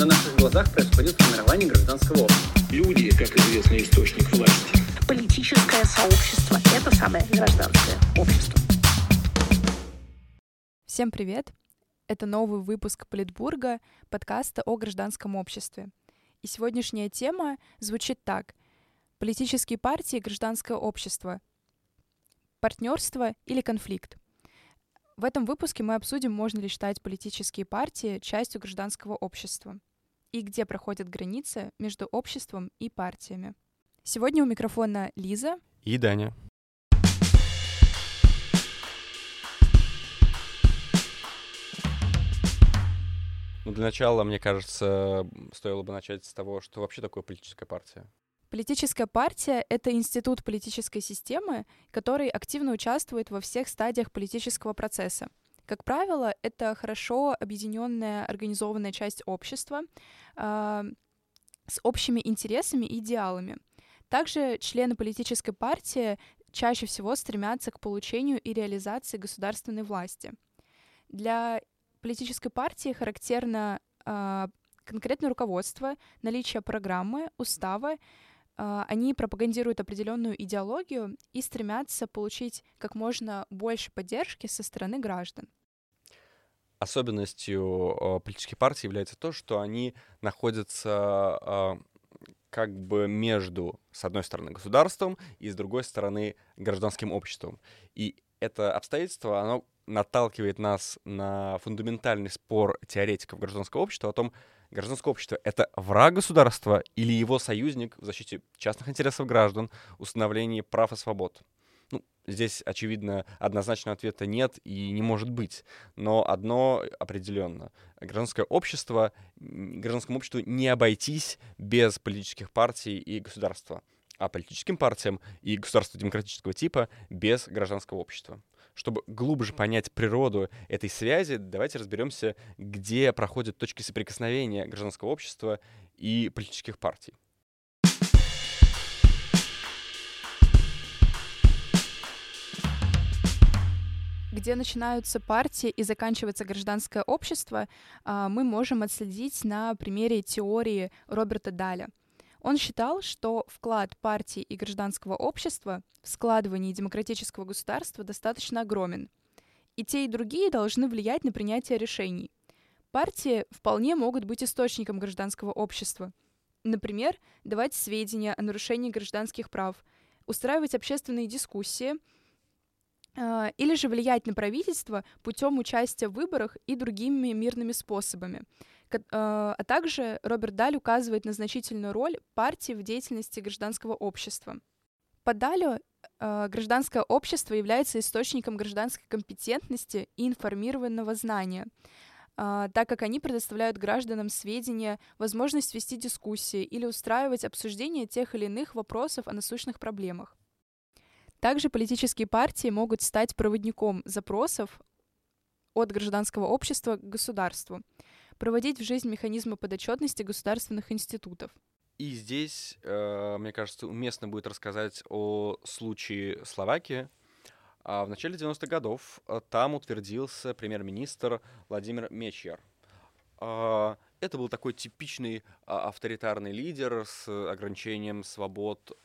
на наших глазах происходит формирование гражданского общества. Люди, как известный источник власти. Политическое сообщество – это самое гражданское общество. Всем привет! Это новый выпуск Политбурга, подкаста о гражданском обществе. И сегодняшняя тема звучит так. Политические партии и гражданское общество. Партнерство или конфликт? В этом выпуске мы обсудим, можно ли считать политические партии частью гражданского общества и где проходят границы между обществом и партиями. Сегодня у микрофона Лиза и Даня. Для начала, мне кажется, стоило бы начать с того, что вообще такое политическая партия. Политическая партия — это институт политической системы, который активно участвует во всех стадиях политического процесса. Как правило, это хорошо объединенная, организованная часть общества с общими интересами и идеалами. Также члены политической партии чаще всего стремятся к получению и реализации государственной власти. Для политической партии характерно конкретное руководство, наличие программы, устава. Они пропагандируют определенную идеологию и стремятся получить как можно больше поддержки со стороны граждан. Особенностью политических партий является то, что они находятся как бы между, с одной стороны, государством и, с другой стороны, гражданским обществом. И это обстоятельство, оно наталкивает нас на фундаментальный спор теоретиков гражданского общества о том, гражданское общество — это враг государства или его союзник в защите частных интересов граждан, установлении прав и свобод? Здесь, очевидно, однозначного ответа нет и не может быть. Но одно определенно. Гражданскому обществу не обойтись без политических партий и государства, а политическим партиям и государству демократического типа без гражданского общества. Чтобы глубже понять природу этой связи, давайте разберемся, где проходят точки соприкосновения гражданского общества и политических партий. Где начинаются партии и заканчивается гражданское общество, мы можем отследить на примере теории Роберта Даля. Он считал, что вклад партии и гражданского общества в складывание демократического государства достаточно огромен. И те, и другие должны влиять на принятие решений. Партии вполне могут быть источником гражданского общества. Например, давать сведения о нарушении гражданских прав, устраивать общественные дискуссии, или же влиять на правительство путем участия в выборах и другими мирными способами. А также Роберт Даль указывает на значительную роль партии в деятельности гражданского общества. По Далю гражданское общество является источником гражданской компетентности и информированного знания, так как они предоставляют гражданам сведения, возможность вести дискуссии или устраивать обсуждение тех или иных вопросов о насущных проблемах. Также политические партии могут стать проводником запросов от гражданского общества к государству, проводить в жизнь механизмы подотчетности государственных институтов. И здесь, мне кажется, уместно будет рассказать о случае Словакии. В начале 90-х годов там утвердился премьер-министр Владимир Мечер. Это был такой типичный авторитарный лидер с ограничением свобод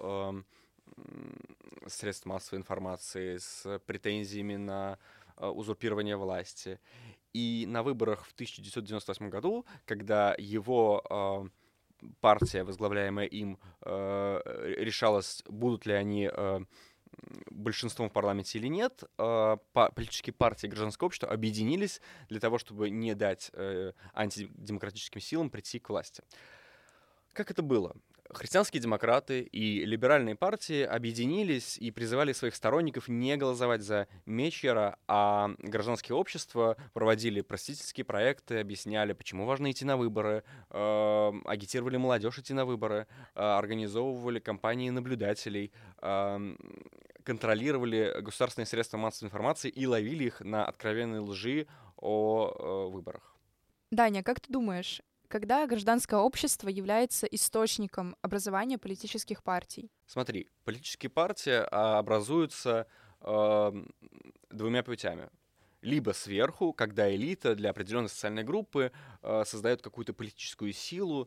средств массовой информации, с претензиями на узурпирование власти. И на выборах в 1998 году, когда его партия, возглавляемая им, решалась, будут ли они большинством в парламенте или нет, политические партии и гражданское общество объединились для того, чтобы не дать антидемократическим силам прийти к власти. Как это было? Христианские демократы и либеральные партии объединились и призывали своих сторонников не голосовать за Мечера, а гражданские общества проводили просветительские проекты, объясняли, почему важно идти на выборы, агитировали молодежь идти на выборы, организовывали кампании наблюдателей, контролировали государственные средства массовой информации и ловили их на откровенной лжи о выборах. Даня, как ты думаешь, когда гражданское общество является источником образования политических партий? Смотри, политические партии образуются двумя путями. либо сверху, когда элита для определенной социальной группы создает какую-то политическую силу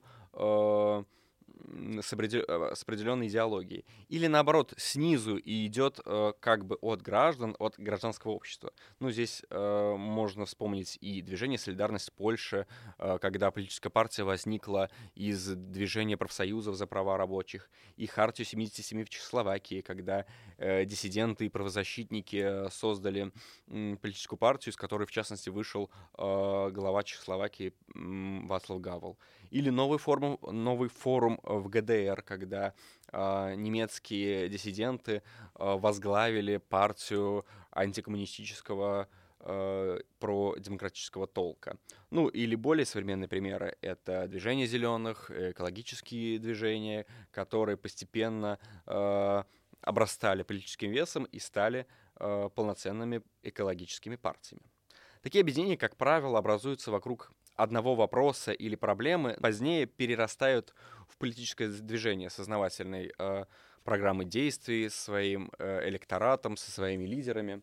с определенной идеологией. Или наоборот, снизу и идет как бы от граждан, от гражданского общества. Ну, здесь можно вспомнить и движение «Солидарность Польши», когда политическая партия возникла из движения профсоюзов за права рабочих, и «Хартию 77» в Чехословакии, когда диссиденты и правозащитники создали политическую партию, из которой, в частности, вышел глава Чехословакии Вацлав Гавел. Или новый форум в ГДР, когда немецкие диссиденты возглавили партию антикоммунистического продемократического толка. Ну, или более современные примеры — это движение зеленых, экологические движения, которые постепенно обрастали политическим весом и стали полноценными экологическими партиями. Такие объединения, как правило, образуются вокруг одного вопроса или проблемы, позднее перерастают в политическое движение с основательной программой действий, со своим электоратом, со своими лидерами.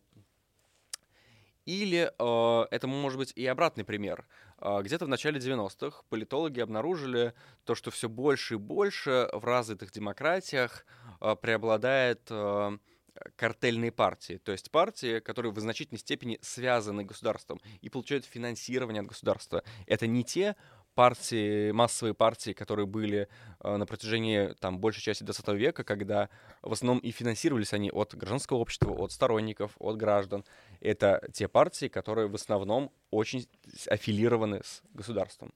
Или это может быть и обратный пример. Где-то в начале 90-х политологи обнаружили то, что все больше и больше в развитых демократиях преобладает картельные партии, то есть партии, которые в значительной степени связаны с государством и получают финансирование от государства. Это не те партии, массовые партии, которые были на протяжении большей части 20 века, когда в основном и финансировались они от гражданского общества, от сторонников, от граждан. Это те партии, которые в основном очень аффилированы с государством.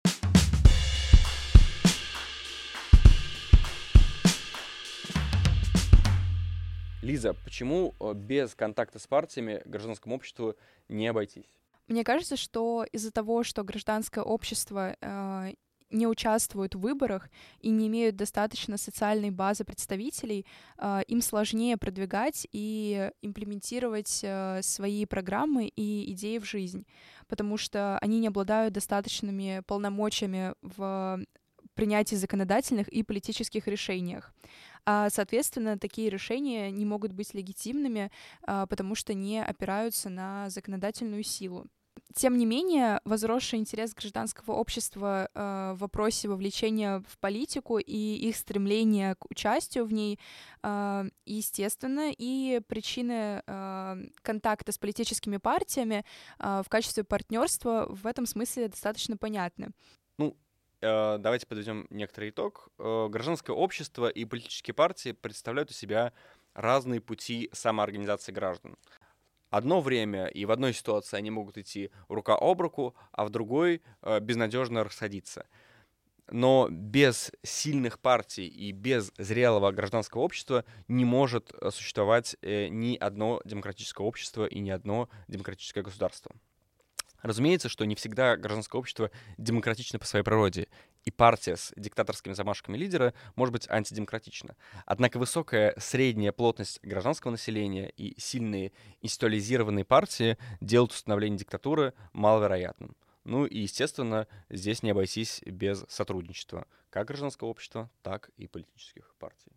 Лиза, почему без контакта с партиями гражданскому обществу не обойтись? Мне кажется, что из-за того, что гражданское общество не участвуют в выборах и не имеют достаточно социальной базы представителей, им сложнее продвигать и имплементировать свои программы и идеи в жизнь, потому что они не обладают достаточными полномочиями в принятии законодательных и политических решениях. Соответственно, такие решения не могут быть легитимными, потому что не опираются на законодательную силу. Тем не менее, возросший интерес гражданского общества в вопросе вовлечения в политику и их стремление к участию в ней, естественно, и причины контакта с политическими партиями в качестве партнерства в этом смысле достаточно понятны. Давайте подведем некоторый итог. Гражданское общество и политические партии представляют из себя разные пути самоорганизации граждан. Одно время и в одной ситуации они могут идти рука об руку, а в другой безнадежно расходиться. Но без сильных партий и без зрелого гражданского общества не может существовать ни одно демократическое общество и ни одно демократическое государство. Разумеется, что не всегда гражданское общество демократично по своей природе, и партия с диктаторскими замашками лидера может быть антидемократична. Однако высокая средняя плотность гражданского населения и сильные институализированные партии делают установление диктатуры маловероятным. И, естественно, здесь не обойтись без сотрудничества как гражданского общества, так и политических партий.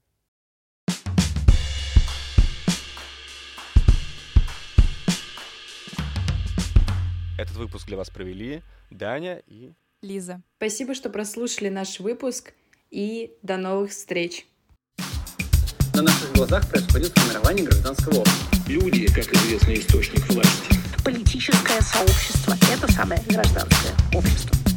Этот выпуск для вас провели Даня и Лиза. Спасибо, что прослушали наш выпуск, и до новых встреч. На наших глазах происходит формирование гражданского общества. Люди, как известный источник власти. Политическое сообщество — это самое гражданское общество.